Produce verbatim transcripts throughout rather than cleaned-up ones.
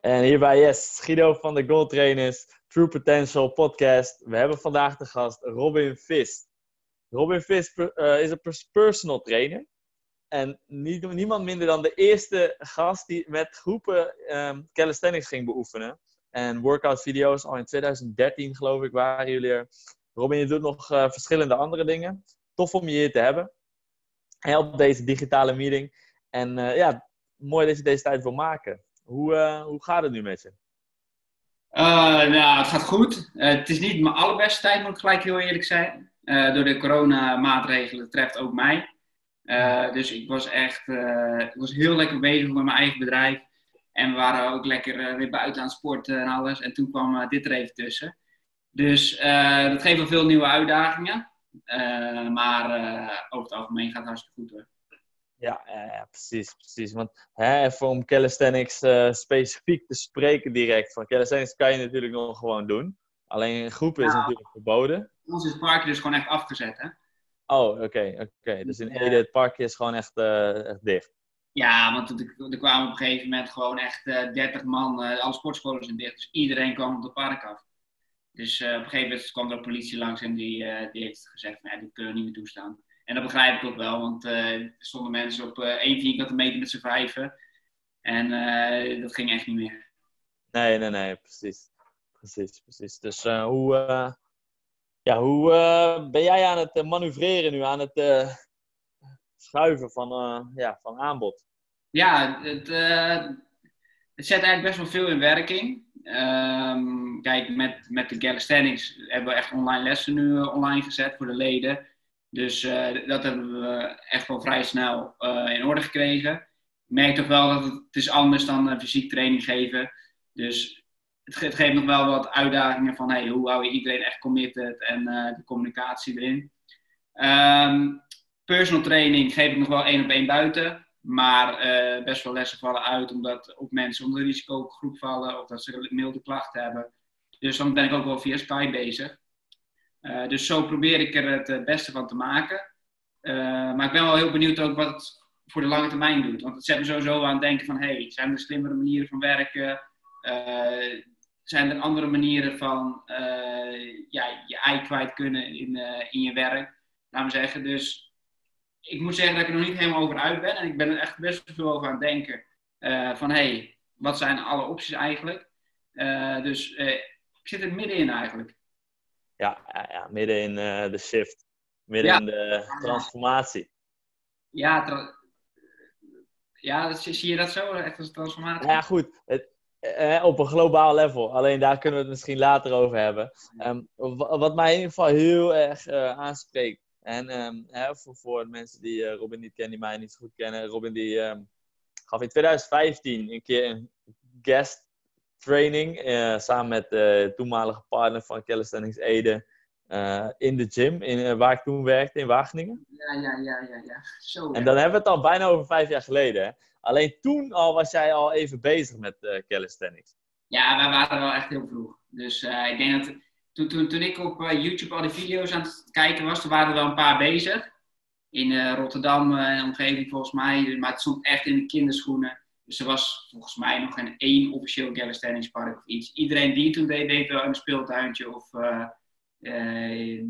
En hierbij, yes, Guido van de Goal Trainers, True Potential podcast. We hebben vandaag de gast Robin Vis. Robin Vis uh, is een personal trainer. En niet, niemand minder dan de eerste gast die met groepen um, calisthenics ging beoefenen. En workout video's al in twintig dertien geloof ik waren jullie er. Robin, je doet nog uh, verschillende andere dingen. Tof om je hier te hebben. Help deze digitale meeting. En uh, ja, mooi dat je deze tijd wil maken. Hoe, uh, hoe gaat het nu met je? Uh, nou, het gaat goed. Uh, het is niet mijn allerbeste tijd, moet ik gelijk heel eerlijk zijn. Uh, door de coronamaatregelen treft ook mij. Uh, dus ik was echt uh, ik was heel lekker bezig met mijn eigen bedrijf. En we waren ook lekker uh, weer buiten aan het sporten en alles. En toen kwam uh, dit er even tussen. Dus uh, dat geeft wel veel nieuwe uitdagingen. Uh, maar uh, over het algemeen gaat het hartstikke goed hoor. Ja, ja, precies, precies. Want hè, even om calisthenics uh, specifiek te spreken direct. Van calisthenics kan je natuurlijk nog gewoon doen. Alleen groepen is Nou, natuurlijk verboden. ons is het parkje dus gewoon echt afgezet, hè? Oh, oké, okay, oké. Okay. Dus in Ede, het parkje is gewoon echt, uh, echt dicht. Ja, want er, er kwamen op een gegeven moment gewoon echt uh, dertig man. Uh, alle sportscholen zijn dicht, dus iedereen kwam op het park af. Dus uh, op een gegeven moment kwam er een politie langs en die, uh, die heeft gezegd, nou, dit kunnen we niet meer toestaan. En dat begrijp ik ook wel, want uh, er stonden mensen op uh, één vierkante meter met z'n vijven. En uh, dat ging echt niet meer. Nee, nee, nee, precies. Precies, precies. Dus uh, hoe, uh, ja, hoe uh, ben jij aan het uh, manoeuvreren nu, aan het uh, schuiven van, uh, ja, van aanbod? Ja, het, uh, het zet eigenlijk best wel veel in werking. Um, kijk, met, met de calisthenics hebben we echt online lessen nu uh, online gezet voor de leden. Dus uh, dat hebben we echt wel vrij snel uh, in orde gekregen. Ik merk toch wel dat het, het is anders dan uh, fysiek training geven. Dus het, ge- het geeft nog wel wat uitdagingen van hey, hoe hou je iedereen echt committed en uh, de communicatie erin. Um, personal training geef ik nog wel één op één buiten. Maar uh, best wel lessen vallen uit omdat ook mensen onder de risicogroep vallen of dat ze milde klachten hebben. Dus dan ben ik ook wel via Skype bezig. Uh, dus zo probeer ik er het uh, beste van te maken. Uh, maar ik ben wel heel benieuwd ook wat het voor de lange termijn doet. Want het zet me sowieso aan het denken van hey, zijn er slimmere manieren van werken? Uh, zijn er andere manieren van uh, ja, je ei kwijt kunnen in, uh, in je werk? Laten we zeggen. Dus ik moet zeggen dat ik er nog niet helemaal over uit ben. En ik ben er echt best veel over aan het denken. Uh, van hé, hey, wat zijn alle opties eigenlijk? Uh, dus uh, ik zit er middenin eigenlijk. Ja, ja, ja, midden in uh, de shift. Midden Ja. in de transformatie. Ja, tra- ja, zie je dat zo? Echt als een transformatie? Ja, goed. Het, eh, op een globaal level. Alleen daar kunnen we het misschien later over hebben. Um, w- wat mij in ieder geval heel erg uh, aanspreekt. En um, hè, voor, voor mensen die uh, Robin niet kennen, die mij niet zo goed kennen. Robin die um, gaf in twintig vijftien een keer een guest training. Uh, samen met de uh, toenmalige partner van Calisthenics Ede. Uh, in de gym, in, uh, waar ik toen werkte in Wageningen. Ja, ja, ja, ja, ja. Zo, En ja. dan hebben we het al bijna over vijf jaar geleden. Hè? Alleen toen al was jij al even bezig met uh, calisthenics. Ja, wij waren wel echt heel vroeg. Dus uh, ik denk dat toen, toen, toen ik op uh, YouTube al die video's aan het kijken was, toen waren er wel een paar bezig. In uh, Rotterdam en uh, omgeving volgens mij. Maar het stond echt in de kinderschoenen. Dus er was volgens mij nog geen één officieel calisthenics park of iets. Iedereen die toen deed, deed wel in een speeltuintje of, uh, uh,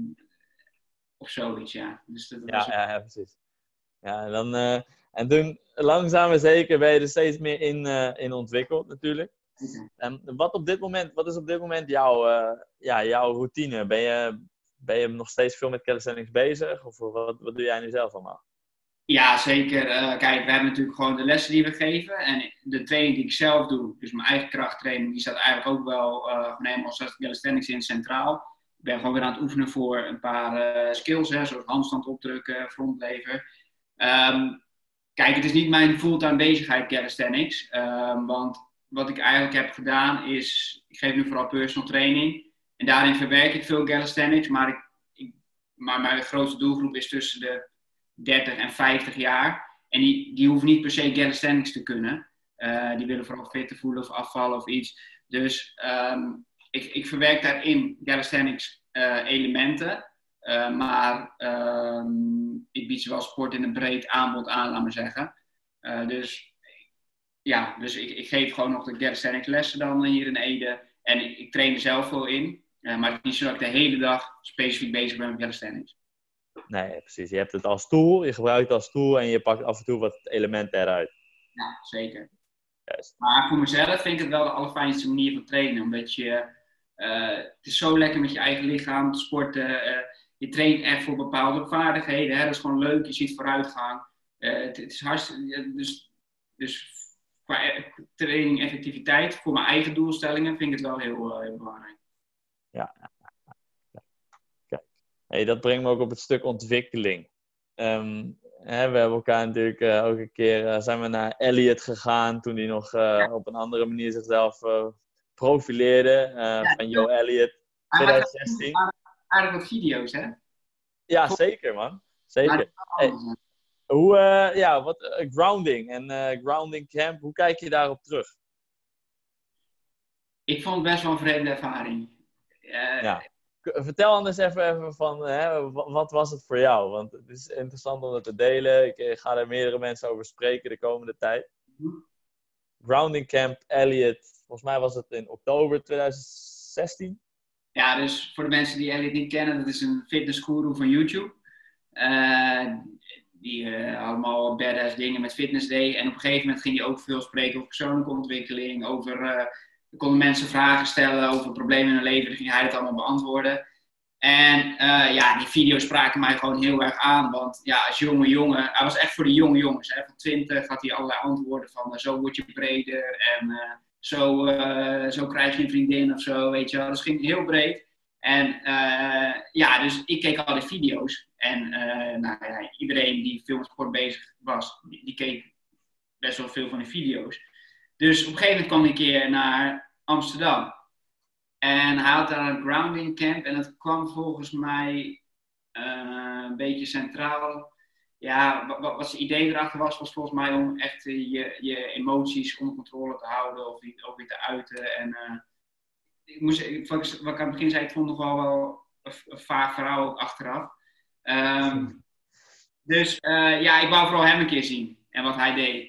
of zoiets, ja. Dus dat was... Ja, ja, ja, precies. Ja, en, dan, uh, en toen langzaam maar zeker ben je er steeds meer in, uh, in ontwikkeld natuurlijk. Okay. En wat, op dit moment, wat is op dit moment jouw, uh, ja, jouw routine? Ben je, ben je nog steeds veel met calisthenics bezig? Of wat, wat doe jij nu zelf allemaal? Ja, zeker. Uh, kijk, we hebben natuurlijk gewoon de lessen die we geven. En de training die ik zelf doe, dus mijn eigen krachttraining, die staat eigenlijk ook wel uh, gewoon helemaal zoals calisthenics in centraal. Ik ben gewoon weer aan het oefenen voor een paar uh, skills, hè, zoals handstand opdrukken, frontlever. Um, kijk, het is niet mijn fulltime bezigheid calisthenics. Um, want wat ik eigenlijk heb gedaan is, ik geef nu vooral personal training. En daarin verwerk ik veel calisthenics, maar, ik, ik, maar mijn grootste doelgroep is tussen de dertig en vijftig jaar. En die, die hoeven niet per se calisthenics te kunnen. Uh, die willen vooral fitter voelen of afvallen of iets. Dus um, ik, ik verwerk daarin calisthenics uh, elementen. Uh, maar um, ik bied ze wel sport in een breed aanbod aan, laat maar zeggen. Uh, dus ja, dus ik, ik geef gewoon nog de calisthenics lessen dan hier in Ede. En ik, ik train er zelf veel in. Uh, maar het is niet zo dat ik de hele dag specifiek bezig ben met calisthenics. Nee, precies. Je hebt het als tool, je gebruikt het als tool en je pakt af en toe wat elementen eruit. Ja, zeker. Juist. Maar voor mezelf vind ik het wel de allerfijnste manier van trainen. Omdat je, uh, het is zo lekker met je eigen lichaam te sporten. Uh, je traint echt voor bepaalde vaardigheden. Hè? Dat is gewoon leuk, je ziet vooruitgang. Uh, het, het is hartstikke, dus, dus qua training, effectiviteit, voor mijn eigen doelstellingen vind ik het wel heel, uh, heel belangrijk. Ja. Kijk. Hey, dat brengt me ook op het stuk ontwikkeling. Um, hè, we hebben elkaar natuurlijk uh, ook een keer, uh, zijn we naar Elliot gegaan toen hij nog uh, ja. op een andere manier zichzelf uh, profileerde. Uh, ja, van Yo Elliot, twintig zestien. Aardig wat video's, hè? Ja, zeker man. Zeker. Hey, hoe, uh, ja, wat, uh, grounding en uh, grounding camp, hoe kijk je daarop terug? Ik vond het best wel een vreemde ervaring. Uh, ja. Vertel anders even, even van, hè, wat was het voor jou? Want het is interessant om dat te delen. Ik ga er meerdere mensen over spreken de komende tijd. Mm-hmm. Grounding Camp Elliot, volgens mij was het in oktober twintig zestien. Ja, dus voor de mensen die Elliot niet kennen, dat is een fitnessguru van YouTube. Uh, die uh, allemaal badass dingen met fitness deed. En op een gegeven moment ging hij ook veel spreken over persoonlijke ontwikkeling, over... Uh, Er konden mensen vragen stellen over problemen in hun leven. Dan ging hij het allemaal beantwoorden. En uh, ja, die video's spraken mij gewoon heel erg aan. Want ja, als jonge jongen... Hij was echt voor de jonge jongens. Hè. Van twintig had hij allerlei antwoorden van... Uh, zo word je breder. En uh, zo, uh, zo krijg je een vriendin of zo. Weet je wel. Dus het ging heel breed. En uh, ja, dus ik keek al die video's. En uh, nou, ja, iedereen die veel met sport bezig was... Die, die keek best wel veel van die video's. Dus op een gegeven moment kwam ik een keer naar Amsterdam. En hij had daar een grounding camp. En dat kwam volgens mij uh, een beetje centraal. Ja, wat, wat zijn idee erachter was, was volgens mij om echt uh, je, je emoties onder controle te houden. Of die ook weer te uiten. En uh, ik moest, wat ik aan het begin zei, ik vond nog wel, wel een, een vaag verhaal ook achteraf. Um, dus uh, ja, ik wou vooral hem een keer zien. En wat hij deed.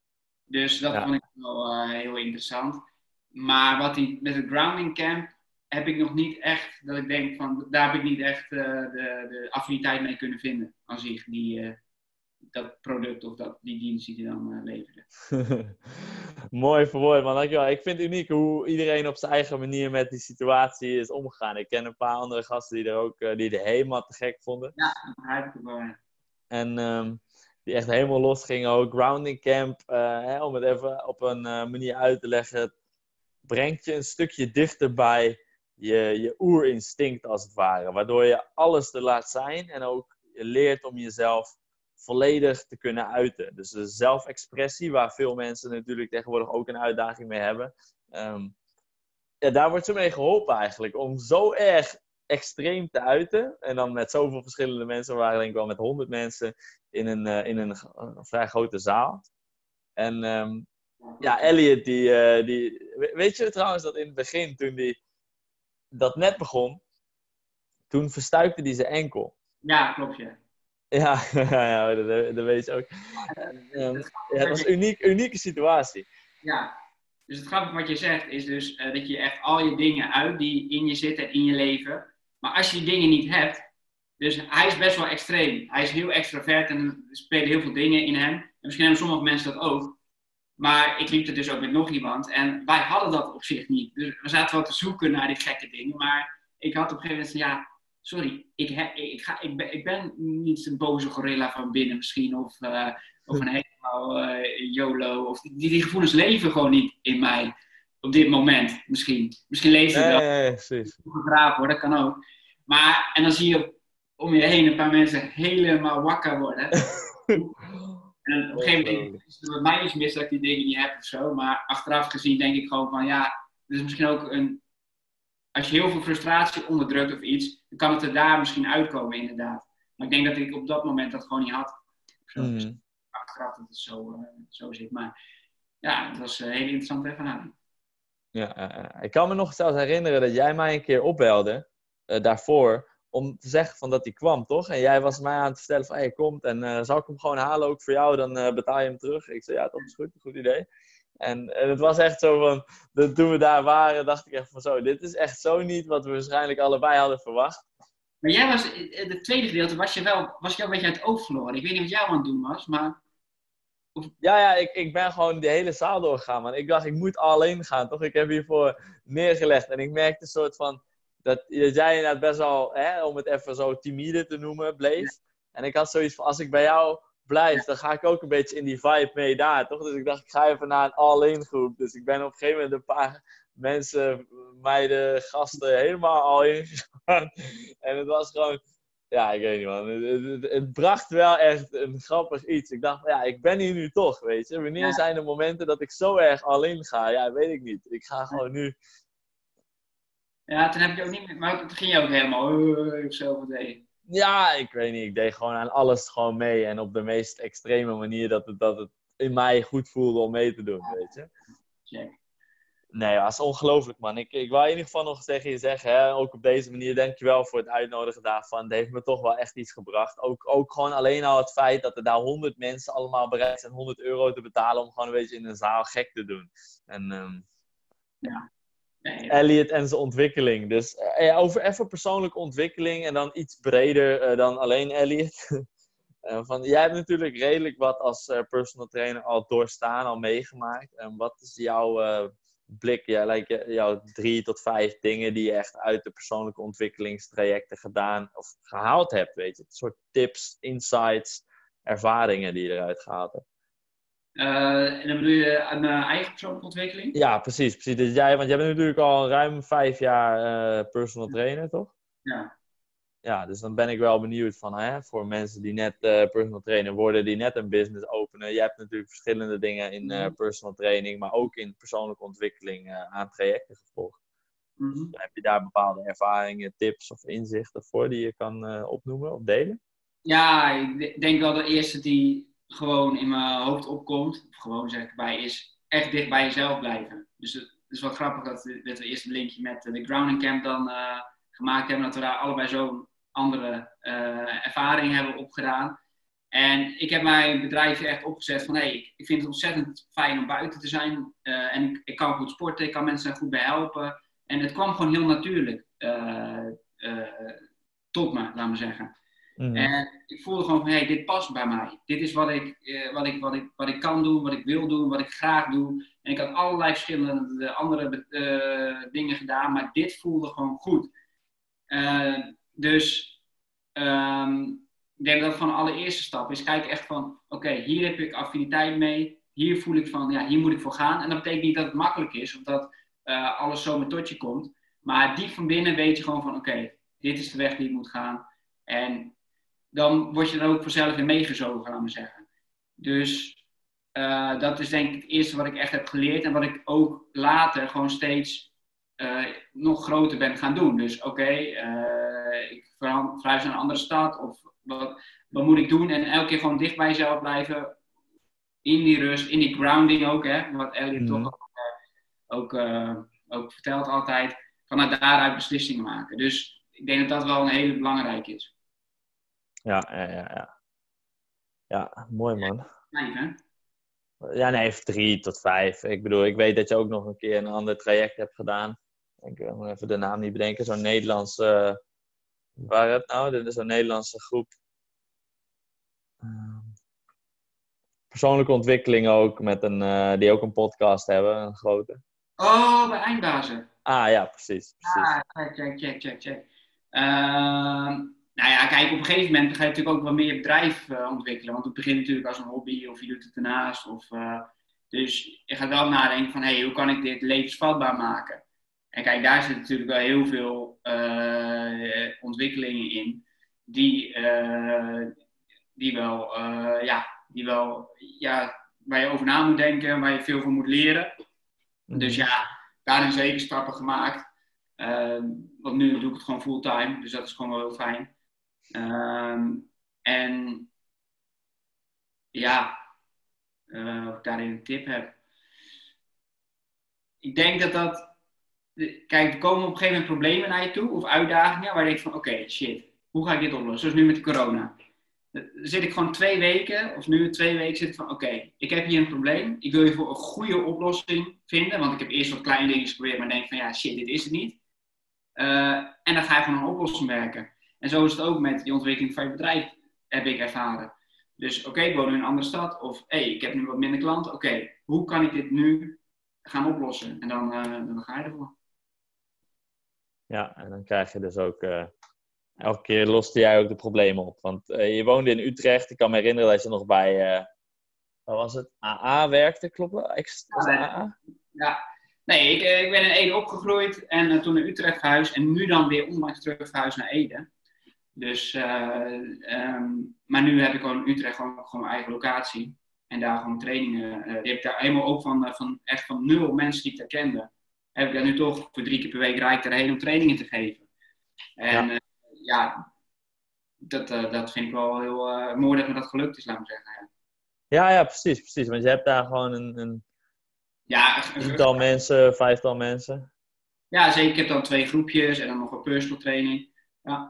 Dus dat ja. vond ik wel uh, heel interessant. Maar wat hij met het grounding camp heb ik nog niet echt, dat ik denk van, daar heb ik niet echt uh, de, de affiniteit mee kunnen vinden aan zich, die, uh, dat product of dat, die dienst die hij dan uh, leverde. Mooi verwoord, man. Dankjewel. Ik vind het uniek hoe iedereen op zijn eigen manier met die situatie is omgegaan. Ik ken een paar andere gasten die er ook, uh, die er helemaal te gek vonden. Ja, dat begrijp ik wel. Ja. En... Um, die echt helemaal los gingen ook. Grounding Camp, uh, hè, om het even op een uh, manier uit te leggen, brengt je een stukje dichterbij je, je oerinstinct als het ware. Waardoor je alles er laat zijn en ook je leert om jezelf volledig te kunnen uiten. Dus de zelfexpressie, waar veel mensen natuurlijk tegenwoordig ook een uitdaging mee hebben. Um, ja, daar wordt ze mee geholpen eigenlijk. Om zo erg extreem te uiten. En dan met zoveel verschillende mensen. We waren denk ik wel met honderd mensen in een, uh, in een, uh, vrij grote zaal. En um, ja, Elliot die, uh, die... Weet je trouwens dat in het begin, toen die dat net begon, toen verstuikte hij zijn enkel. Ja, klopt ja. Ja, ja dat, dat weet je ook. Um, ja, dat was een uniek, unieke situatie. Ja, dus het grappige wat je zegt is dus uh, dat je echt al je dingen uit die in je zitten in je leven. Maar als je die dingen niet hebt, dus hij is best wel extreem. Hij is heel extravert en er spelen heel veel dingen in hem. En misschien hebben sommige mensen dat ook. Maar ik liep er dus ook met nog iemand. En wij hadden dat op zich niet. Dus we zaten wel te zoeken naar die gekke dingen. Maar ik had op een gegeven moment van ja, sorry, ik, heb, ik, ga, ik, ben, ik ben niet een boze gorilla van binnen misschien. Of, uh, of een helemaal uh, YOLO. Of die, die gevoelens leven gewoon niet in mij. Op dit moment misschien. Misschien leeft het wel. Nee, precies. Graag hoor, dat kan ook. Maar, en dan zie je om je heen een paar mensen helemaal wakker worden. En op een gegeven moment is er met mij iets mis dat ik die dingen niet heb of zo. Maar achteraf gezien denk ik gewoon van ja, er is misschien ook een... Als je heel veel frustratie onderdrukt of iets, dan kan het er daar misschien uitkomen inderdaad. Maar ik denk dat ik op dat moment dat gewoon niet had. Zo. Mm. Dus achteraf dat het zo, uh, zo zit. Maar ja, het was een hele interessante ervaring. Ja, uh, ik kan me nog zelfs herinneren dat jij mij een keer opbelde, uh, daarvoor, om te zeggen van dat hij kwam, toch? En jij was mij aan het vertellen van, hey, hij komt en uh, zal ik hem gewoon halen ook voor jou, dan uh, betaal je hem terug. Ik zei, ja, dat is goed, een goed idee. En, en het was echt zo van, de, toen we daar waren, dacht ik echt van zo, dit is echt zo niet wat we waarschijnlijk allebei hadden verwacht. Maar jij was, in het tweede gedeelte was je wel, was je al een beetje uit het oog verloren. Ik weet niet wat jij aan het doen was, maar... Of... Ja, ja, ik, ik ben gewoon de hele zaal doorgegaan, man. Ik dacht, ik moet alleen gaan, toch? Ik heb hiervoor neergelegd. En ik merkte een soort van, dat, dat jij inderdaad best wel, hè, om het even zo timide te noemen, bleef. Ja. En ik had zoiets van, als ik bij jou blijf, ja. dan ga ik ook een beetje in die vibe mee daar, toch? Dus ik dacht, ik ga even naar een all-in groep. Dus ik ben op een gegeven moment een paar mensen, meiden, gasten, helemaal all-in gegaan. En het was gewoon... Ja, ik weet niet, man. Het, het, het bracht wel echt een grappig iets. Ik dacht, ja, ik ben hier nu toch, weet je. Wanneer ja. zijn er momenten dat ik zo erg alleen ga? Ja, weet ik niet. Ik ga gewoon nu... Ja, toen heb je ook niet meer... Maar toen ging je ook helemaal... Uh, zo wat deed je. Ja, ik weet niet. Ik deed gewoon aan alles gewoon mee. En op de meest extreme manier dat het, dat het in mij goed voelde om mee te doen, weet je. Check. Nee, dat is ongelooflijk, man. Ik, ik wou in ieder geval nog tegen je zeggen, hè, ook op deze manier, dankjewel voor het uitnodigen daarvan. Het heeft me toch wel echt iets gebracht. Ook, ook gewoon alleen al het feit dat er daar honderd mensen allemaal bereid zijn honderd euro te betalen om gewoon een beetje in een zaal gek te doen. En, um, ja. Nee, Elliot en zijn ontwikkeling. Dus uh, over even persoonlijke ontwikkeling en dan iets breder uh, dan alleen Elliot. uh, van, jij hebt natuurlijk redelijk wat als uh, personal trainer al doorstaan, al meegemaakt. En wat is jouw... Uh, blik, ja, like, jouw drie tot vijf dingen die je echt uit de persoonlijke ontwikkelingstrajecten gedaan of gehaald hebt, weet je. Een soort tips, insights, ervaringen die je eruit gehaald hebt. Uh, en dan bedoel je aan mijn eigen persoonlijke ontwikkeling? Ja, precies. precies. Dus jij, want jij bent natuurlijk al ruim vijf jaar uh, personal trainer, toch? Ja. Ja, dus dan ben ik wel benieuwd van, hè, voor mensen die net uh, personal trainer worden, die net een business openen. Je hebt natuurlijk verschillende dingen in uh, personal training, maar ook in persoonlijke ontwikkeling uh, aan trajecten gevolgd. Mm-hmm. Dus heb je daar bepaalde ervaringen, tips of inzichten voor die je kan uh, opnoemen of delen? Ja, ik denk wel de eerste die gewoon in mijn hoofd opkomt, of gewoon zeg ik erbij, is echt dicht bij jezelf blijven. Dus het is wel grappig dat we, dat we eerst een linkje met de Grounding Camp dan uh, gemaakt hebben, dat we daar allebei zo'n andere uh, ervaring hebben opgedaan. En ik heb mijn bedrijfje echt opgezet van, hé, hey, ik vind het ontzettend fijn om buiten te zijn. Uh, en ik, ik kan goed sporten, ik kan mensen er goed bij helpen. En het kwam gewoon heel natuurlijk uh, uh, tot me, laat maar zeggen. Mm-hmm. En ik voelde gewoon van, hé, hey, dit past bij mij. Dit is wat ik, uh, wat, ik, wat, ik, wat ik kan doen, wat ik wil doen, wat ik graag doe. En ik had allerlei verschillende andere uh, dingen gedaan, maar dit voelde gewoon goed. Uh, dus um, ik denk dat het van de allereerste stap is. Kijk echt van, oké, okay, hier heb ik affiniteit mee. Hier voel ik van, ja, hier moet ik voor gaan. En dat betekent niet dat het makkelijk is, of dat uh, alles zomaar tot je komt. Maar diep van binnen weet je gewoon van, oké, okay, dit is de weg die ik moet gaan. En dan word je er ook vanzelf in meegezogen, laat maar zeggen. Dus uh, dat is denk ik het eerste wat ik echt heb geleerd. En wat ik ook later gewoon steeds uh, nog groter ben gaan doen. Dus oké, okay, uh, ik verhuis naar een andere stad. Of wat, wat moet ik doen? En elke keer gewoon dicht bij jezelf blijven. In die rust, in die grounding ook. Hè, wat Elliot mm-hmm. toch ook, uh, ook, uh, ook vertelt altijd. Vanuit daaruit beslissingen maken. Dus ik denk dat dat wel een hele belangrijke is. Ja, ja, ja, ja. Ja, mooi man. Vijf, hè? Ja, nee, drie tot vijf. Ik bedoel, ik weet dat je ook nog een keer een ander traject hebt gedaan. Ik moet even de naam niet bedenken. Zo'n Nederlandse... Uh, waar het nou? Dit is zo'n Nederlandse groep. Uh, persoonlijke ontwikkeling ook. Met een, uh, die ook een podcast hebben. Een grote. Oh, bij Eindbazen. Ah, ja, precies. precies. Ah, check, check, check, check. Uh... Nou ja, kijk, op een gegeven moment ga je natuurlijk ook wel meer je bedrijf uh, ontwikkelen. Want het begint natuurlijk als een hobby of je doet het ernaast. Of, uh, dus je gaat wel nadenken van, hé, hey, hoe kan ik dit levensvatbaar maken? En kijk, daar zit natuurlijk wel heel veel uh, ontwikkelingen in. Die, uh, die wel, uh, ja, die wel, ja, waar je over na moet denken. Waar je veel van moet leren. Mm-hmm. Dus ja, daarin zeker stappen gemaakt. Uh, want nu doe ik het gewoon fulltime. Dus dat is gewoon wel heel fijn. Um, en ja, uh, of ik daarin een tip heb. Ik denk dat dat... Kijk, er komen op een gegeven moment problemen naar je toe, of uitdagingen, waar je denkt van, oké, okay, shit, hoe ga ik dit oplossen? Zoals nu met de corona. Dan zit ik gewoon twee weken, of nu twee weken, zit ik van oké, okay, ik heb hier een probleem. Ik wil hiervoor een goede oplossing vinden. Want ik heb eerst wat kleine dingen geprobeerd, maar denk van ja, shit, dit is het niet. Uh, en dan ga je gewoon aan een oplossing werken. En zo is het ook met die ontwikkeling van je bedrijf, heb ik ervaren. Dus oké, okay, ik woon nu in een andere stad. Of hé, hey, ik heb nu wat minder klanten. Oké, okay, hoe kan ik dit nu gaan oplossen? En dan, uh, dan ga je ervoor. Ja, en dan krijg je dus ook... Uh, elke keer loste jij ook de problemen op. Want uh, je woonde in Utrecht. Ik kan me herinneren dat je nog bij... Uh, wat was het? A A werkte, klopt dat? Was het ja, A A? Ja. Nee, ik, ik ben in Ede opgegroeid. En uh, toen naar Utrecht verhuisd. En nu dan weer onlangs terug verhuisd naar Ede. Dus, uh, um, maar nu heb ik gewoon in Utrecht gewoon, gewoon mijn eigen locatie. En daar gewoon trainingen. Uh, die heb ik daar helemaal ook van, uh, van, echt van nul mensen die ik daar kende. Heb ik daar nu toch voor drie keer per week rijd ik daarheen om trainingen te geven. En ja, uh, ja dat, uh, dat vind ik wel heel uh, mooi dat me dat gelukt is, laat maar zeggen. Ja, ja, ja precies, precies. Want je hebt daar gewoon een, een ja, tiental mensen, vijftal mensen. Ja, zeker. Ik heb dan twee groepjes en dan nog een personal training. Ja.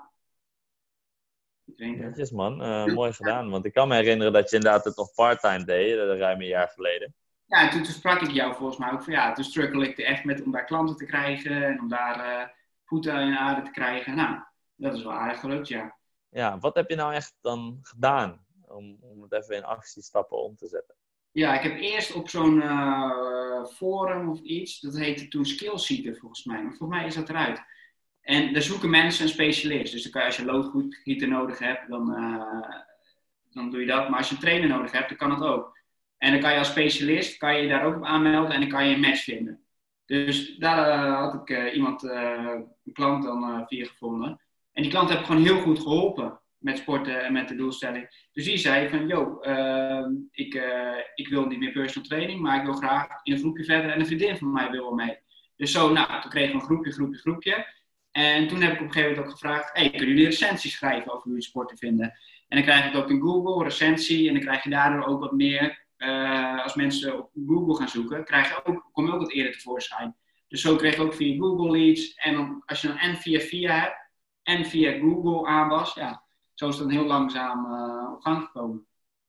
Netjes man, uh, mooi gedaan. Want ik kan me herinneren dat je inderdaad het nog part-time deed, uh, ruim een jaar geleden. Ja, en toen, toen sprak ik jou volgens mij ook van ja, toen struggle ik er echt met om daar klanten te krijgen en om daar uh, voeten in de aarde te krijgen. Nou, dat is wel aardig gelukt, ja. Ja, wat heb je nou echt dan gedaan om, om het even in actiestappen om te zetten? Ja, ik heb eerst op zo'n uh, forum of iets, dat heette toen Skillseeker volgens mij, maar volgens mij is dat eruit. En daar zoeken mensen een specialist. Dus dan kan je, als je loodgieter nodig hebt, dan, uh, dan doe je dat. Maar als je een trainer nodig hebt, dan kan het ook. En dan kan je als specialist, kan je, je daar ook op aanmelden en dan kan je een match vinden. Dus daar uh, had ik uh, iemand, uh, een klant dan uh, via gevonden. En die klant heb ik gewoon heel goed geholpen met sporten en met de doelstelling. Dus die zei van, yo, uh, ik, uh, ik wil niet meer personal training, maar ik wil graag in een groepje verder en een vriendin van mij wil wel mee. Dus zo, nou, toen kregen we een groepje, groepje, groepje. En toen heb ik op een gegeven moment ook gevraagd, hey, kunnen jullie recensies schrijven over hoe je sporten vinden? En dan krijg je het ook in Google, recensie, en dan krijg je daardoor ook wat meer, uh, als mensen op Google gaan zoeken, krijg je ook, kom je ook wat eerder tevoorschijn. Dus zo kreeg ik ook via Google leads, en dan, als je dan en via via hebt, en via Google aan was, ja, zo is het dan heel langzaam uh, op gang gekomen.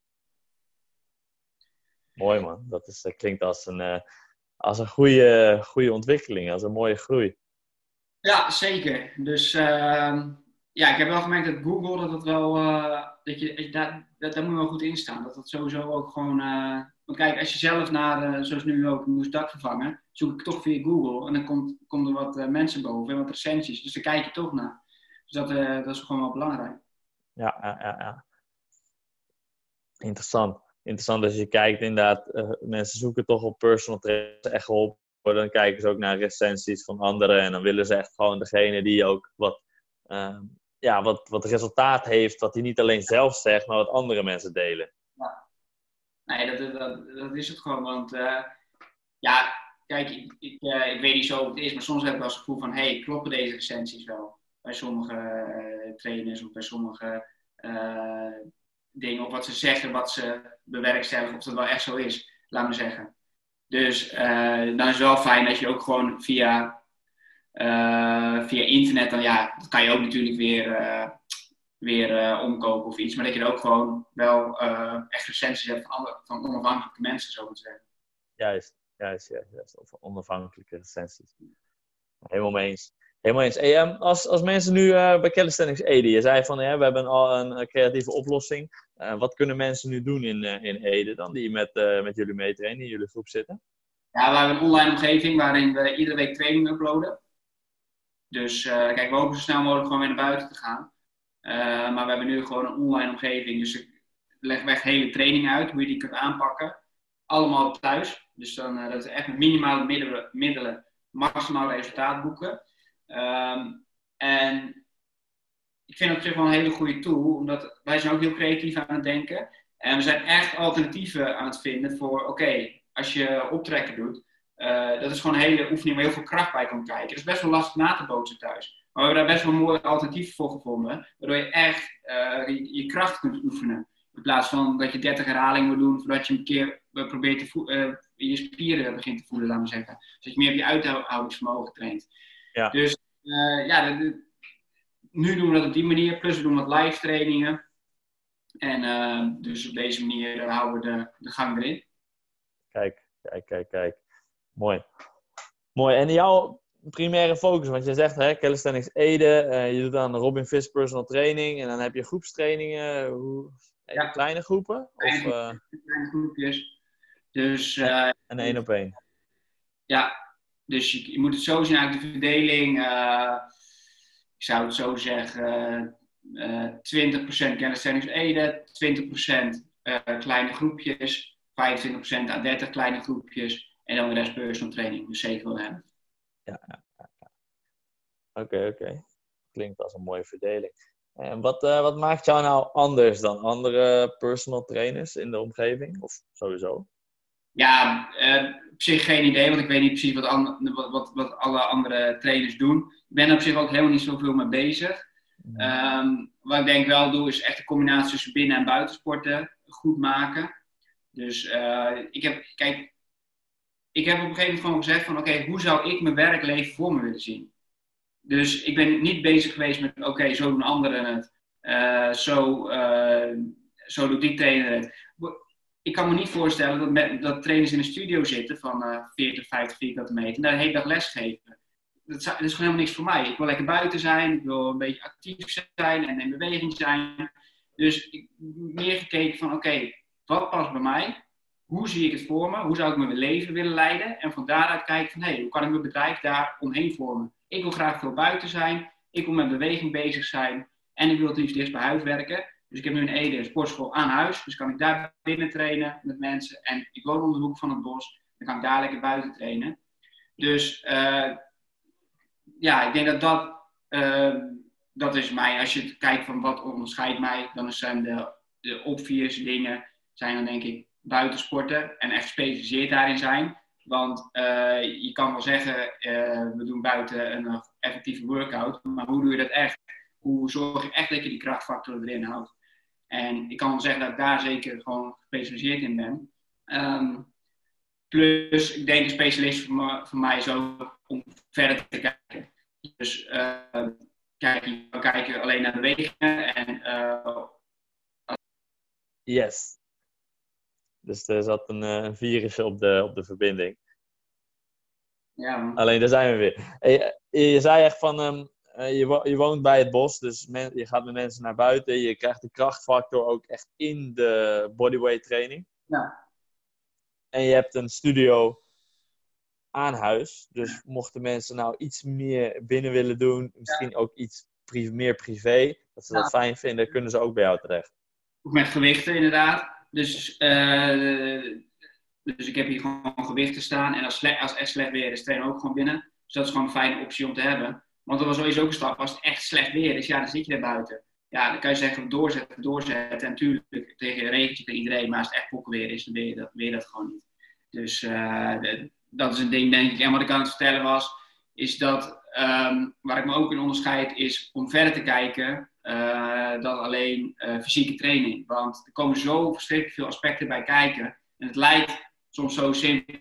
Mooi man, dat, is, dat klinkt als een, uh, als een goede, goede ontwikkeling, als een mooie groei. Ja, zeker. Dus uh, ja, ik heb wel gemerkt dat Google, dat het wel, uh, dat je, daar, dat, daar moet je wel goed in staan. Dat dat sowieso ook gewoon, uh, want kijk, als je zelf naar, uh, zoals nu ook, moest dak vervangen, zoek ik toch via Google en dan komt, komt er wat uh, mensen boven en wat recensies. Dus daar kijk je toch naar. Dus dat, uh, dat is gewoon wel belangrijk. Ja, ja, ja, ja. Interessant. Interessant als je kijkt inderdaad, uh, mensen zoeken toch op personal trainers echt geholpen. Dan kijken ze ook naar recensies van anderen. En dan willen ze echt gewoon degene die ook wat, uh, ja, wat, wat resultaat heeft. Wat hij niet alleen zelf zegt, maar wat andere mensen delen. Ja. Nee, dat, dat, dat is het gewoon. Want uh, ja, kijk, ik, ik, uh, ik weet niet zo hoe het is. Maar soms heb ik wel eens het gevoel van, hé, hey, kloppen deze recensies wel? Bij sommige uh, trainers of bij sommige uh, dingen. Of wat ze zeggen, wat ze bewerkstelligen. Of dat wel echt zo is, laat me zeggen. Dus uh, dan is het wel fijn dat je ook gewoon via, uh, via internet, dan ja, dat kan je ook natuurlijk weer, uh, weer uh, omkopen of iets, maar dat je er ook gewoon wel uh, echt recensies hebt van, andere, van onafhankelijke mensen, zo te zeggen. Juist, juist, juist, juist. Of onafhankelijke recensies. Helemaal mee eens. Helemaal eens. Hey, um, als, als mensen nu uh, bij Calisthenics Ede, je zei van ja, we hebben al een, een creatieve oplossing. Uh, wat kunnen mensen nu doen in, uh, in Ede dan, die met, uh, met jullie meetrainen, in jullie groep zitten? Ja, we hebben een online omgeving waarin we iedere week training uploaden. Dus uh, kijk, we hopen zo snel mogelijk gewoon weer naar buiten te gaan. Uh, maar we hebben nu gewoon een online omgeving. Dus ik leg weg hele trainingen uit, hoe je die kunt aanpakken. Allemaal thuis. Dus dan, uh, dat is echt met minimale middelen, middelen maximaal resultaat boeken. Um, en ik vind het op zich wel een hele goede tool, omdat wij zijn ook heel creatief aan het denken. En we zijn echt alternatieven aan het vinden voor, oké, okay, als je optrekken doet, uh, dat is gewoon een hele oefening waar heel veel kracht bij kan kijken. Dat is best wel lastig na te bootsen thuis. Maar we hebben daar best wel mooie alternatieven voor gevonden, waardoor je echt uh, je, je kracht kunt oefenen. In plaats van dat je dertig herhalingen moet doen, voordat je een keer uh, probeert te vo- uh, je spieren begint te voelen, laten we zeggen. Dus dat je meer op je uithoudingsvermogen traint. Ja. Dus uh, ja, de, de, nu doen we dat op die manier. Plus we doen wat live trainingen. En uh, dus op deze manier uh, houden we de, de gang erin. Kijk, kijk, kijk, kijk. Mooi. Mooi. En jouw primaire focus, want je zegt hè, Calisthenics Ede, uh, je doet aan de Robin Fisk personal training en dan heb je groepstrainingen, hoe, Ja. kleine groepen? Kleine, of, uh... kleine groepjes. Dus, uh, en, en één op één? Ja, dus je, je moet het zo zien uit de verdeling. Uh, ik zou het zo zeggen, uh, twintig procent Calisthenics Ede, twintig procent uh, kleine groepjes, vijfentwintig procent à dertig kleine groepjes en dan de rest personal training, dus zeker wel hebben. Ja, ja, ja. Oké, okay, oké. Okay. Klinkt als een mooie verdeling. En wat, uh, wat maakt jou nou anders dan andere personal trainers in de omgeving? Of sowieso? Ja, uh, op zich geen idee, want ik weet niet precies wat, an- wat, wat, wat alle andere trainers doen. Ik ben er op zich ook helemaal niet zoveel mee bezig. Um, wat ik denk wel doe, is echt de combinatie tussen binnen- en buitensporten goed maken. Dus uh, ik heb, kijk, ik heb op een gegeven moment gewoon gezegd van, oké, okay, hoe zou ik mijn werkleven voor me willen zien? Dus ik ben niet bezig geweest met, oké, okay, zo doen anderen het. Uh, zo, uh, zo doet die trainer het. Ik kan me niet voorstellen dat, met, dat trainers in een studio zitten van uh, veertig, vijftig vierkante meter en daar de hele dag lesgeven. Dat is, dat is gewoon helemaal niks voor mij. Ik wil lekker buiten zijn, ik wil een beetje actief zijn en in beweging zijn. Dus ik heb meer gekeken van, oké, okay, wat past bij mij? Hoe zie ik het voor me? Hoe zou ik mijn leven willen leiden? En van daaruit kijken van, hé, hey, hoe kan ik mijn bedrijf daar omheen vormen? Ik wil graag veel buiten zijn, ik wil met beweging bezig zijn en ik wil het liefst dichtst bij huis werken. Dus ik heb nu in Ede een sportschool aan huis. Dus kan ik daar binnen trainen met mensen. En ik woon om de hoek van het bos. Dan kan ik daar lekker buiten trainen. Dus uh, ja, ik denk dat dat, uh, dat is mij. Als je kijkt van wat onderscheidt mij, dan zijn de, de obvious dingen, zijn dan denk ik buitensporten. En echt gespecialiseerd daarin zijn. Want uh, je kan wel zeggen, uh, we doen buiten een uh, effectieve workout. Maar hoe doe je dat echt? Hoe zorg je echt dat je die krachtfactor erin houdt? En ik kan wel zeggen dat ik daar zeker gewoon gespecialiseerd in ben. Um, plus, ik denk een specialist voor, me, voor mij is ook om verder te kijken. Dus uh, kijk, je kan kijken alleen naar bewegingen. En, uh, yes. Dus er zat een, een virus op de, op de verbinding. Ja, man. Alleen, daar zijn we weer. Hey, je zei echt van... Um, Uh, je, wo- je woont bij het bos, dus men- je gaat met mensen naar buiten. Je krijgt de krachtfactor ook echt in de bodyweight training. Ja. En je hebt een studio aan huis. Dus mochten mensen nou iets meer binnen willen doen, misschien ja. ook iets pri- meer privé, dat ze ja. dat fijn vinden, kunnen ze ook bij jou terecht. Ook met gewichten inderdaad. Dus, uh, dus ik heb hier gewoon gewichten staan. En als, sle- als echt slecht weer is, trainen we ook gewoon binnen. Dus dat is gewoon een fijne optie om te hebben. Want dat was sowieso ook een stap. Als het echt slecht weer is, ja, dan zit je er buiten. Ja, dan kan je zeggen, doorzetten, doorzetten. En natuurlijk, tegen een regentje kan iedereen. Maar als het echt pokkenweer is, dan wil je dat, wil je dat gewoon niet. Dus uh, de, dat is een ding, denk ik. En wat ik aan het vertellen was, is dat, um, waar ik me ook in onderscheid, is om verder te kijken uh, dan alleen uh, fysieke training. Want er komen zo verschrikkelijk veel aspecten bij kijken. En het lijkt soms zo simpel.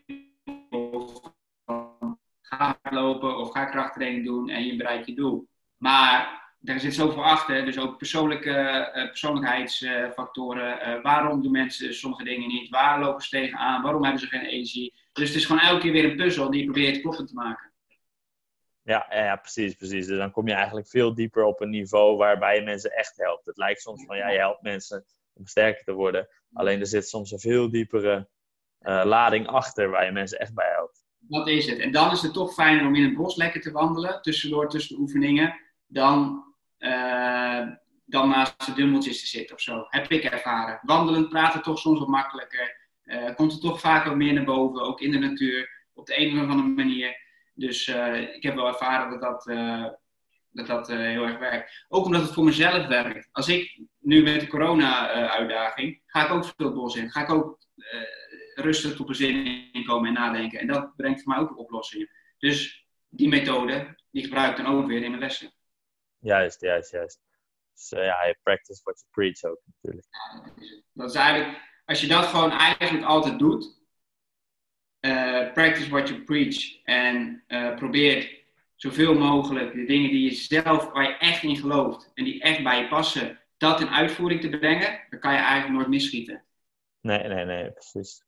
Ga hardlopen of ga krachttraining doen en je bereikt je doel. Maar daar zit zoveel achter, dus ook persoonlijke uh, persoonlijkheidsfactoren. Uh, waarom doen mensen sommige dingen niet? Waar lopen ze tegenaan? Waarom hebben ze geen energie? Dus het is gewoon elke keer weer een puzzel die je probeert kloppend te maken. Ja, ja, precies, precies. Dus dan kom je eigenlijk veel dieper op een niveau waarbij je mensen echt helpt. Het lijkt soms van, ja, je helpt mensen om sterker te worden. Alleen er zit soms een veel diepere uh, lading achter waar je mensen echt bij helpt. Dat is het. En dan is het toch fijner om in het bos lekker te wandelen, tussendoor, tussen de oefeningen, dan, uh, dan naast de dumbbelltjes te zitten of zo. Heb ik ervaren. Wandelen, praten toch soms wat makkelijker. Uh, komt er toch vaak wat meer naar boven, ook in de natuur, op de een of andere manier. Dus uh, ik heb wel ervaren dat dat, uh, dat, dat uh, heel erg werkt. Ook omdat het voor mezelf werkt. Als ik nu met de corona-uitdaging, uh, ga ik ook veel het bos in. Ga ik ook... Uh, rustig tot bezinning komen en nadenken. En dat brengt voor mij ook oplossingen. Dus die methode, die gebruik ik dan ook weer in mijn lessen. Juist, juist, juist. Dus uh, ja, je practice what you preach ook natuurlijk. Ja, dat is het. Dat is eigenlijk, als je dat gewoon eigenlijk altijd doet, uh, practice what you preach en uh, probeer zoveel mogelijk de dingen die je zelf, waar je echt in gelooft en die echt bij je passen, dat in uitvoering te brengen, dan kan je eigenlijk nooit misschieten. Nee, nee, nee, precies.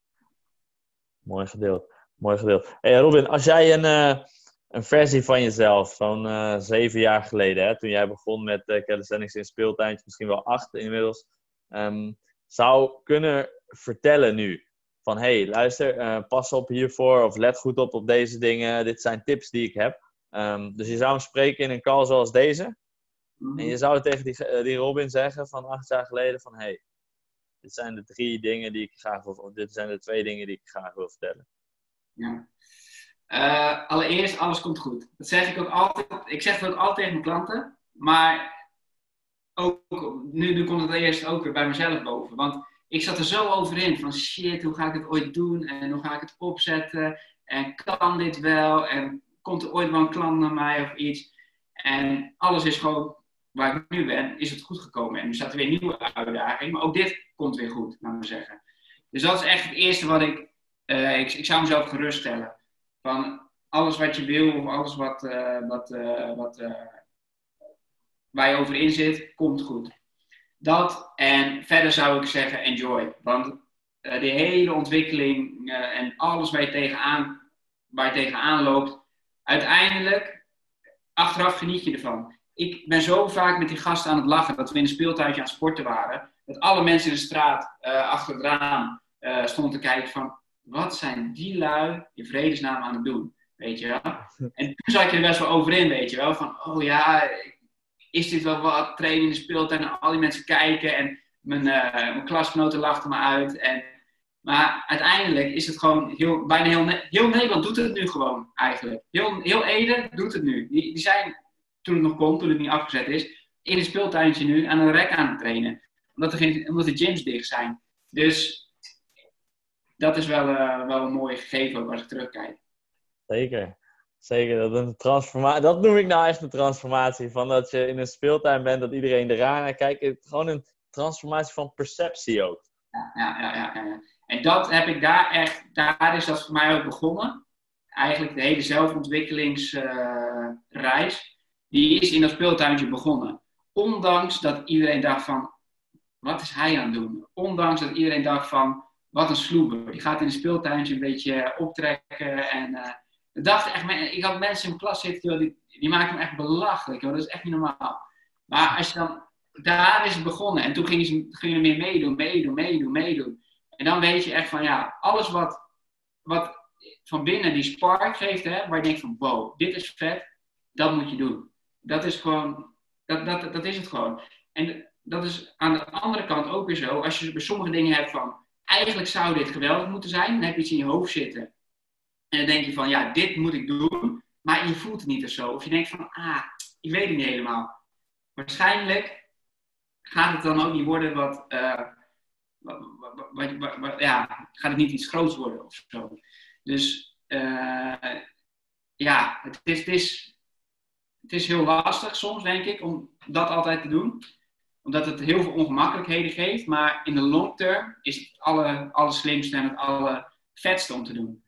Mooi gedeeld. Mooi gedeeld. Hey Robin, als jij een, uh, een versie van jezelf, zo'n uh, zeven jaar geleden, hè, toen jij begon met uh, calisthenics in speeltuintjes, misschien wel acht inmiddels, um, zou kunnen vertellen nu van, hé, hey, luister, uh, pas op hiervoor of let goed op op deze dingen. Dit zijn tips die ik heb. Um, dus je zou hem spreken in een call zoals deze. Mm-hmm. En je zou tegen die, uh, die Robin zeggen van acht jaar geleden van, hé, hey, dit zijn de drie dingen die ik graag wil, of dit zijn de twee dingen die ik graag wil vertellen. Ja. Uh, allereerst, alles komt goed. Dat zeg ik ook altijd. Ik zeg het ook altijd tegen mijn klanten. Maar ook, nu, nu komt het eerst ook weer bij mezelf boven. Want ik zat er zo over in. Van shit, hoe ga ik het ooit doen? En hoe ga ik het opzetten? En kan dit wel? En komt er ooit wel een klant naar mij of iets? En alles is gewoon, waar ik nu ben, is het goed gekomen. En nu staat er weer een nieuwe uitdaging. Maar ook dit komt weer goed, laten we zeggen. Dus dat is echt het eerste wat ik... Uh, ik, ik zou mezelf geruststellen. Van alles wat je wil, of alles wat, uh, wat, uh, wat uh, waar je over in zit, komt goed. Dat, en verder zou ik zeggen, enjoy. Want uh, die hele ontwikkeling uh, en alles waar je tegenaan, waar je tegenaan loopt, uiteindelijk, achteraf geniet je ervan. Ik ben zo vaak met die gasten aan het lachen, dat we in een speeltuintje aan het sporten waren, dat alle mensen in de straat, uh, achter het raam, uh, stonden te kijken van, wat zijn die lui in vredesnaam aan het doen? Weet je wel? En toen zat je er best wel over in, weet je wel? Van, oh ja, is dit wel wat? Trainen in de speeltuin en al die mensen kijken. En mijn, uh, mijn klasgenoten lachten me uit. En, maar uiteindelijk is het gewoon, heel, bijna heel, heel Nederland doet het nu gewoon eigenlijk. Heel, heel Ede doet het nu. Die, die zijn, toen het nog kon, toen het niet afgezet is, in een speeltuintje nu aan een rek aan het trainen. Omdat, er geen, omdat de gyms dicht zijn. Dus... dat is wel, uh, wel een mooi gegeven ook als ik terugkijk. Zeker. Zeker. Dat, een transforma- dat noem ik nou echt een transformatie. Van dat je in een speeltuin bent, dat iedereen eraan naar kijkt. Gewoon een transformatie van perceptie ook. Ja, ja, ja, ja, ja. En dat heb ik daar echt... Daar is dat voor mij ook begonnen. Eigenlijk de hele zelfontwikkelingsreis. Uh, die is in dat speeltuintje begonnen. Ondanks dat iedereen dacht van... wat is hij aan het doen? Ondanks dat iedereen dacht van... wat een sloeber. Die gaat in een speeltuintje een beetje optrekken. En uh, ik dacht echt, ik had mensen in mijn klas zitten, joh, die, die maken me echt belachelijk. Joh, dat is echt niet normaal. Maar als je dan, daar is het begonnen. En toen gingen ze, gingen ze meer meedoen, meedoen, meedoen, meedoen. En dan weet je echt van, ja, alles wat, wat van binnen die spark geeft, hè, waar je denkt van, wow, dit is vet, dat moet je doen. Dat is gewoon, dat, dat, dat is het gewoon. En dat is aan de andere kant ook weer zo, als je bij sommige dingen hebt van, eigenlijk zou dit geweldig moeten zijn. Dan heb je iets in je hoofd zitten. En dan denk je van, ja, dit moet ik doen. Maar je voelt het niet of zo. Of je denkt van, ah, ik weet het niet helemaal. Waarschijnlijk gaat het dan ook niet worden wat... Uh, wat, wat, wat, wat, wat ja, gaat het niet iets groots worden of zo. Dus, uh, ja, het is, het, is, het is heel lastig soms, denk ik, om dat altijd te doen. Omdat het heel veel ongemakkelijkheden geeft. Maar in de long term is het alle, alle slimste en het alle vetste om te doen.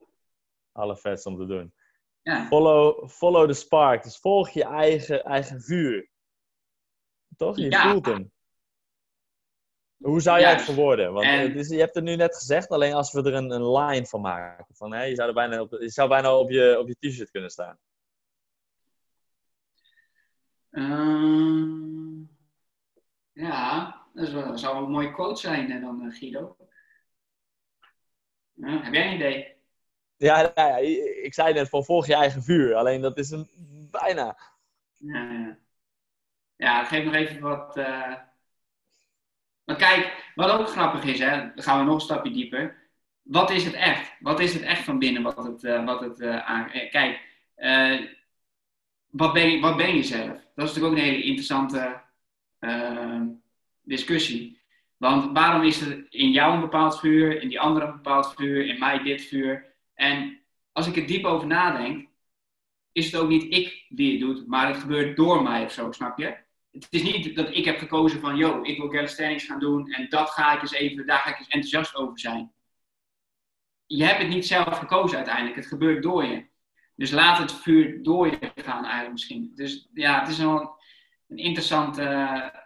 Alle vetste om te doen. Ja. Follow, follow the spark. Dus volg je eigen, eigen vuur. Toch? Je ja. voelt hem. Hoe zou jij Juist. het verwoorden? Want en... het is, je hebt het nu net gezegd. Alleen als we er een, een line van maken. Van, hè, je zou er bijna op, je zou bijna op je, op je t-shirt kunnen staan. Uh... Ja, dat, is wel, dat zou wel een mooie quote zijn en dan, uh, Guido. Ja, heb jij een idee? Ja, ja, ja, ik zei net van volg je eigen vuur. Alleen dat is een bijna. Ja, ja. ja geef nog even wat... Uh... Maar kijk, wat ook grappig is, hè, dan gaan we nog een stapje dieper. Wat is het echt? Wat is het echt van binnen wat het, uh, wat het uh, aan... Kijk, uh, wat, ben je, wat ben je zelf? Dat is natuurlijk ook een hele interessante... Uh, discussie. Want waarom is er in jou een bepaald vuur, in die andere een bepaald vuur, in mij dit vuur? En als ik er diep over nadenk, is het ook niet ik die het doet, maar het gebeurt door mij of zo, snap je? Het is niet dat ik heb gekozen van, yo, ik wil calisthenics gaan doen en dat ga ik eens even, daar ga ik eens enthousiast over zijn. Je hebt het niet zelf gekozen uiteindelijk, het gebeurt door je. Dus laat het vuur door je gaan eigenlijk misschien. Dus ja, het is wel een interessante... Uh,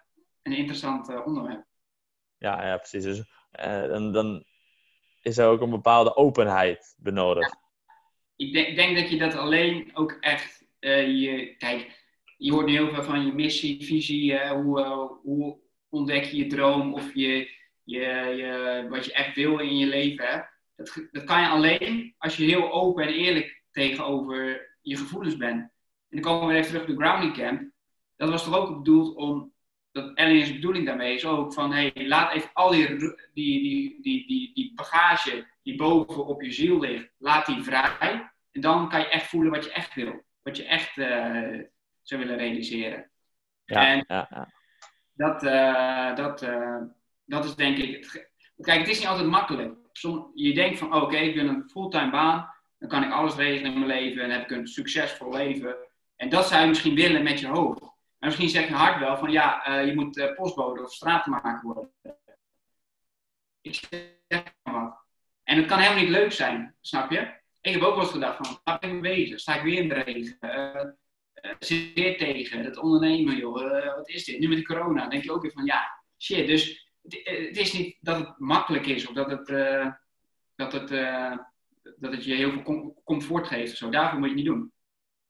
een interessant uh, onderwerp. Ja, ja, precies. Dus, uh, dan, dan is er ook een bepaalde openheid benodigd. Ja. Ik denk, denk dat je dat alleen ook echt... Uh, je, kijk, je hoort nu heel veel van je missie, visie. Uh, hoe, uh, hoe ontdek je je droom of je, je, je, wat je echt wil in je leven hebt. Dat, dat kan je alleen als je heel open en eerlijk tegenover je gevoelens bent. En dan komen we even terug op de Grounding Camp. Dat was toch ook bedoeld om... Dat Ellen's bedoeling daarmee is ook van... Hey, laat even al die, die, die, die, die, die bagage die boven op je ziel ligt... Laat die vrij. En dan kan je echt voelen wat je echt wil. Wat je echt uh, zou willen realiseren. Ja, en ja, ja. Dat, uh, dat, uh, dat is denk ik... Het, kijk, het is niet altijd makkelijk. Som, je denkt van, oké, okay, ik wil een fulltime baan. Dan kan ik alles regelen in mijn leven. En heb ik een succesvol leven. En dat zou je misschien willen met je hoofd. Maar misschien zegt je hart wel van, ja, uh, je moet uh, postbode of straatmaker worden. Ik zeg maar wat. En het kan helemaal niet leuk zijn, snap je? Ik heb ook wel eens gedacht van, waar ben ik mee bezig? Sta ik weer in de regen? Uh, uh, zit weer tegen? Dat ondernemen, joh. Uh, wat is dit? Nu met de corona. Dan denk je ook weer van, ja, shit. Dus het, het is niet dat het makkelijk is. Of dat het, uh, dat het, uh, dat het je heel veel com- comfort geeft. Of zo. Daarvoor moet je het niet doen.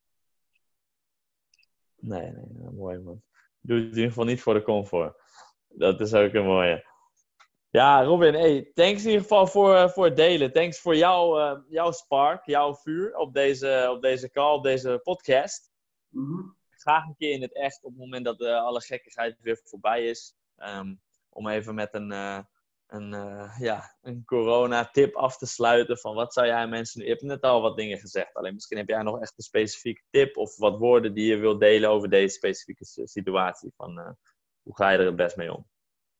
Nee, nee, nou, mooi man. Doe het in ieder geval niet voor de comfort. Dat is ook een mooie. Ja, Robin, hey, thanks in ieder geval voor, uh, voor het delen. Thanks voor jou, uh, jouw spark, jouw vuur op deze, op deze call, op deze podcast. Mm-hmm. Graag een keer in het echt op het moment dat uh, alle gekkigheid weer voorbij is. Um, om even met een, uh, een, uh, ja, een corona-tip af te sluiten. Van wat zou jij mensen... Je hebt net al wat dingen gezegd. Alleen misschien heb jij nog echt een specifieke tip of wat woorden die je wilt delen over deze specifieke situatie. Van uh, hoe ga je er het best mee om?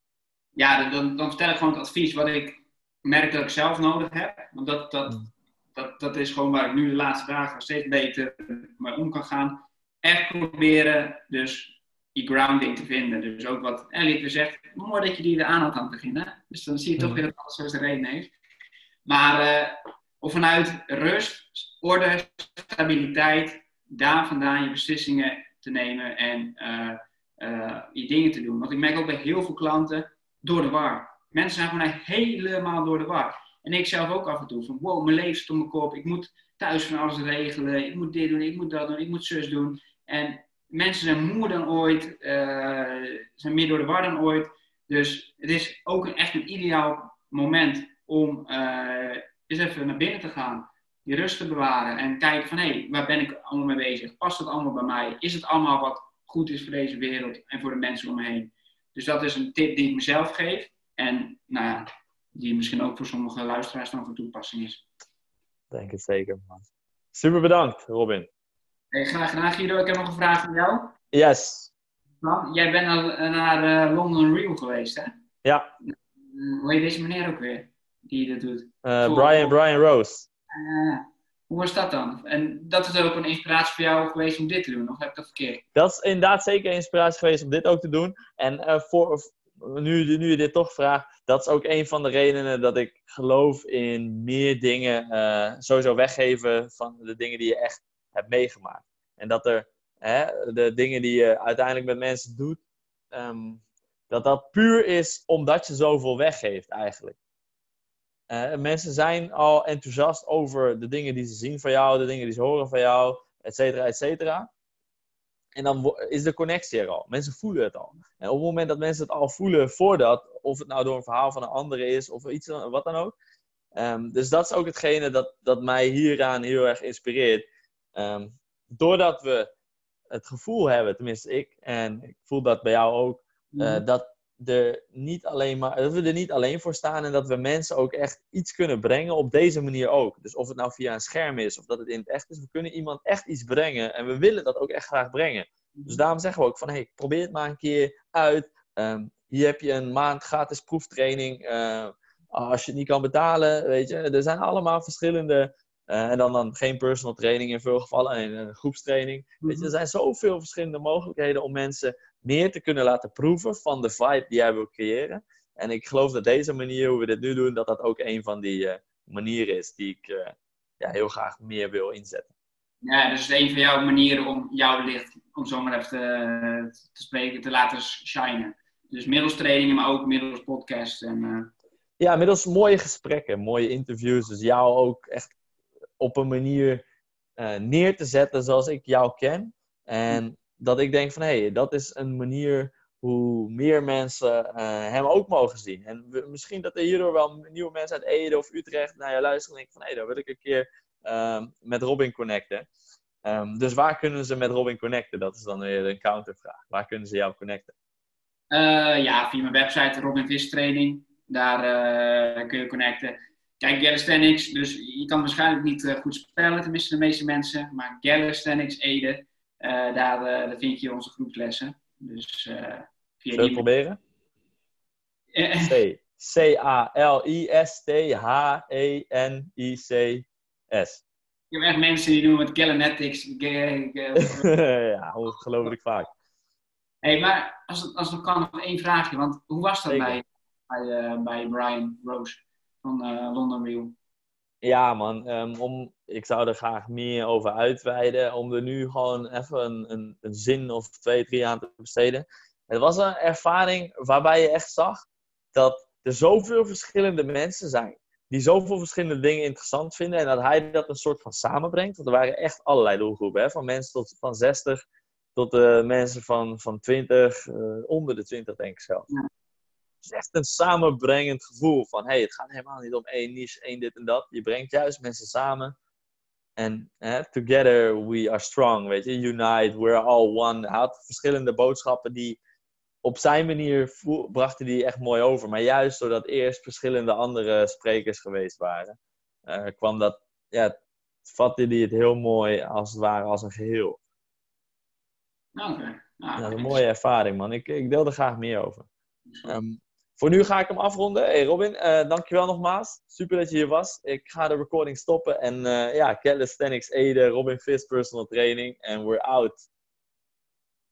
Ja, dan, dan vertel ik gewoon het advies wat ik merk dat ik zelf nodig heb. Want dat, dat, dat, dat is gewoon waar ik nu de laatste dagen steeds beter mee om kan gaan. Echt proberen dus die grounding te vinden. Dus ook wat Elliot weer zegt, mooi dat je die er aan had aan het begin. Hè? Dus dan zie je toch weer dat alles zo zijn reden heeft. Maar uh, of vanuit rust, orde, stabiliteit, daar vandaan je beslissingen te nemen en uh, uh, je dingen te doen. Want ik merk ook bij heel veel klanten, door de war. Mensen zijn gewoon helemaal door de war. En ik zelf ook af en toe. Van wow, mijn leven zit op mijn kop. Ik moet thuis van alles regelen. Ik moet dit doen, ik moet dat doen, ik moet zus doen. En mensen zijn moer dan ooit. Uh, zijn meer door de war dan ooit. Dus het is ook een, echt een ideaal moment om uh, eens even naar binnen te gaan. Die rust te bewaren. En kijken van hé, hey, waar ben ik allemaal mee bezig? Past het allemaal bij mij? Is het allemaal wat goed is voor deze wereld en voor de mensen om me heen? Dus dat is een tip die ik mezelf geef. En nou ja, die misschien ook voor sommige luisteraars dan van toepassing is. Denk het zeker, man. Super bedankt, Robin. Hey, graag gedaan, Guido. Ik heb nog een vraag voor jou. Yes. Dan, jij bent naar, naar uh, London Real geweest, hè? Ja. Uh, hoe heet deze meneer ook weer, die dat doet? Uh, voor, Brian, Brian Rose. Uh, hoe was dat dan? En dat is ook een inspiratie voor jou geweest om dit te doen, of heb ik dat verkeerd? Dat is inderdaad zeker een inspiratie geweest om dit ook te doen. En uh, voor, nu, nu je dit toch vraagt, dat is ook een van de redenen dat ik geloof in meer dingen uh, sowieso weggeven van de dingen die je echt hebt meegemaakt. En dat er hè, de dingen die je uiteindelijk met mensen doet, um, dat dat puur is omdat je zoveel weggeeft eigenlijk. Uh, mensen zijn al enthousiast over de dingen die ze zien van jou, de dingen die ze horen van jou, et cetera, et cetera. En dan is de connectie er al. Mensen voelen het al. En op het moment dat mensen het al voelen voordat, of het nou door een verhaal van een andere is, of iets, wat dan ook. Um, dus dat is ook hetgene dat, dat mij hieraan heel erg inspireert. Um, doordat we het gevoel hebben, tenminste ik, en ik voel dat bij jou ook, uh, mm. dat, er niet alleen maar, dat we er niet alleen voor staan en dat we mensen ook echt iets kunnen brengen op deze manier ook. Dus of het nou via een scherm is of dat het in het echt is, we kunnen iemand echt iets brengen en we willen dat ook echt graag brengen. Dus daarom zeggen we ook van, hey, probeer het maar een keer uit. Um, hier heb je een maand gratis proeftraining. Uh, als je het niet kan betalen, weet je, er zijn allemaal verschillende... Uh, en dan, dan geen personal training in veel gevallen, en een groepstraining. Mm-hmm. Weet je, er zijn zoveel verschillende mogelijkheden om mensen meer te kunnen laten proeven van de vibe die jij wil creëren. En ik geloof dat deze manier, hoe we dit nu doen, dat dat ook een van die uh, manieren is die ik uh, ja, heel graag meer wil inzetten. Ja, dus het is een van jouw manieren om jouw licht, om zo maar even te, te spreken, te laten shinen. Dus middels trainingen, maar ook middels podcast. En, uh... Ja, middels mooie gesprekken, mooie interviews. Dus jou ook echt op een manier uh, neer te zetten zoals ik jou ken. En dat ik denk van, hé, hey, dat is een manier hoe meer mensen uh, hem ook mogen zien. En we, misschien dat er hierdoor wel nieuwe mensen uit Ede of Utrecht naar je luisteren en denken van, hé, hey, daar wil ik een keer uh, met Robin connecten. Um, dus waar kunnen ze met Robin connecten? Dat is dan weer een countervraag. Waar kunnen ze jou connecten? Uh, ja, via mijn website Robin Vis Training. Daar uh, kun je connecten. Kijk, Calisthenics, dus je kan waarschijnlijk niet uh, goed spellen, tenminste de meeste mensen. Maar Calisthenics Ede, uh, daar, uh, daar vind je onze groepslessen. Dus uh, via Zullen we proberen? C. C A L I S T H E N I C S. Ik heb echt mensen die doen met Calinetics. Ja, ongelooflijk vaak. Hé, hey, maar als het, als het kan, nog één vraagje. Want hoe was dat bij, bij, uh, bij Brian Rose van uh, London Wheel? Ja man, um, om, ik zou er graag meer over uitweiden. Om er nu gewoon even een, een, een zin of twee, drie aan te besteden. Het was een ervaring waarbij je echt zag dat er zoveel verschillende mensen zijn. Die zoveel verschillende dingen interessant vinden. En dat hij dat een soort van samenbrengt. Want er waren echt allerlei doelgroepen. Hè? Van mensen tot van zestig tot uh, mensen van, van twintig. Uh, onder de twintig denk ik zelf. Ja. Het is echt een samenbrengend gevoel. Van hey, het gaat helemaal niet om één niche, één dit en dat. Je brengt juist mensen samen. En eh, together we are strong. Weet je, unite, we're all one. Hij had verschillende boodschappen die op zijn manier voel, brachten die echt mooi over. Maar juist doordat eerst verschillende andere sprekers geweest waren, uh, kwam dat, ja, vatte die het heel mooi als het ware als een geheel. Oké. Okay. Nou, dat is een mooie ervaring, man. Ik, ik deel er graag meer over. Um, voor nu ga ik hem afronden. Hey Robin, uh, dankjewel nogmaals. Super dat je hier was. Ik ga de recording stoppen. En uh, ja, Calisthenics Ede, Robin Vis Personal Training. En we're out.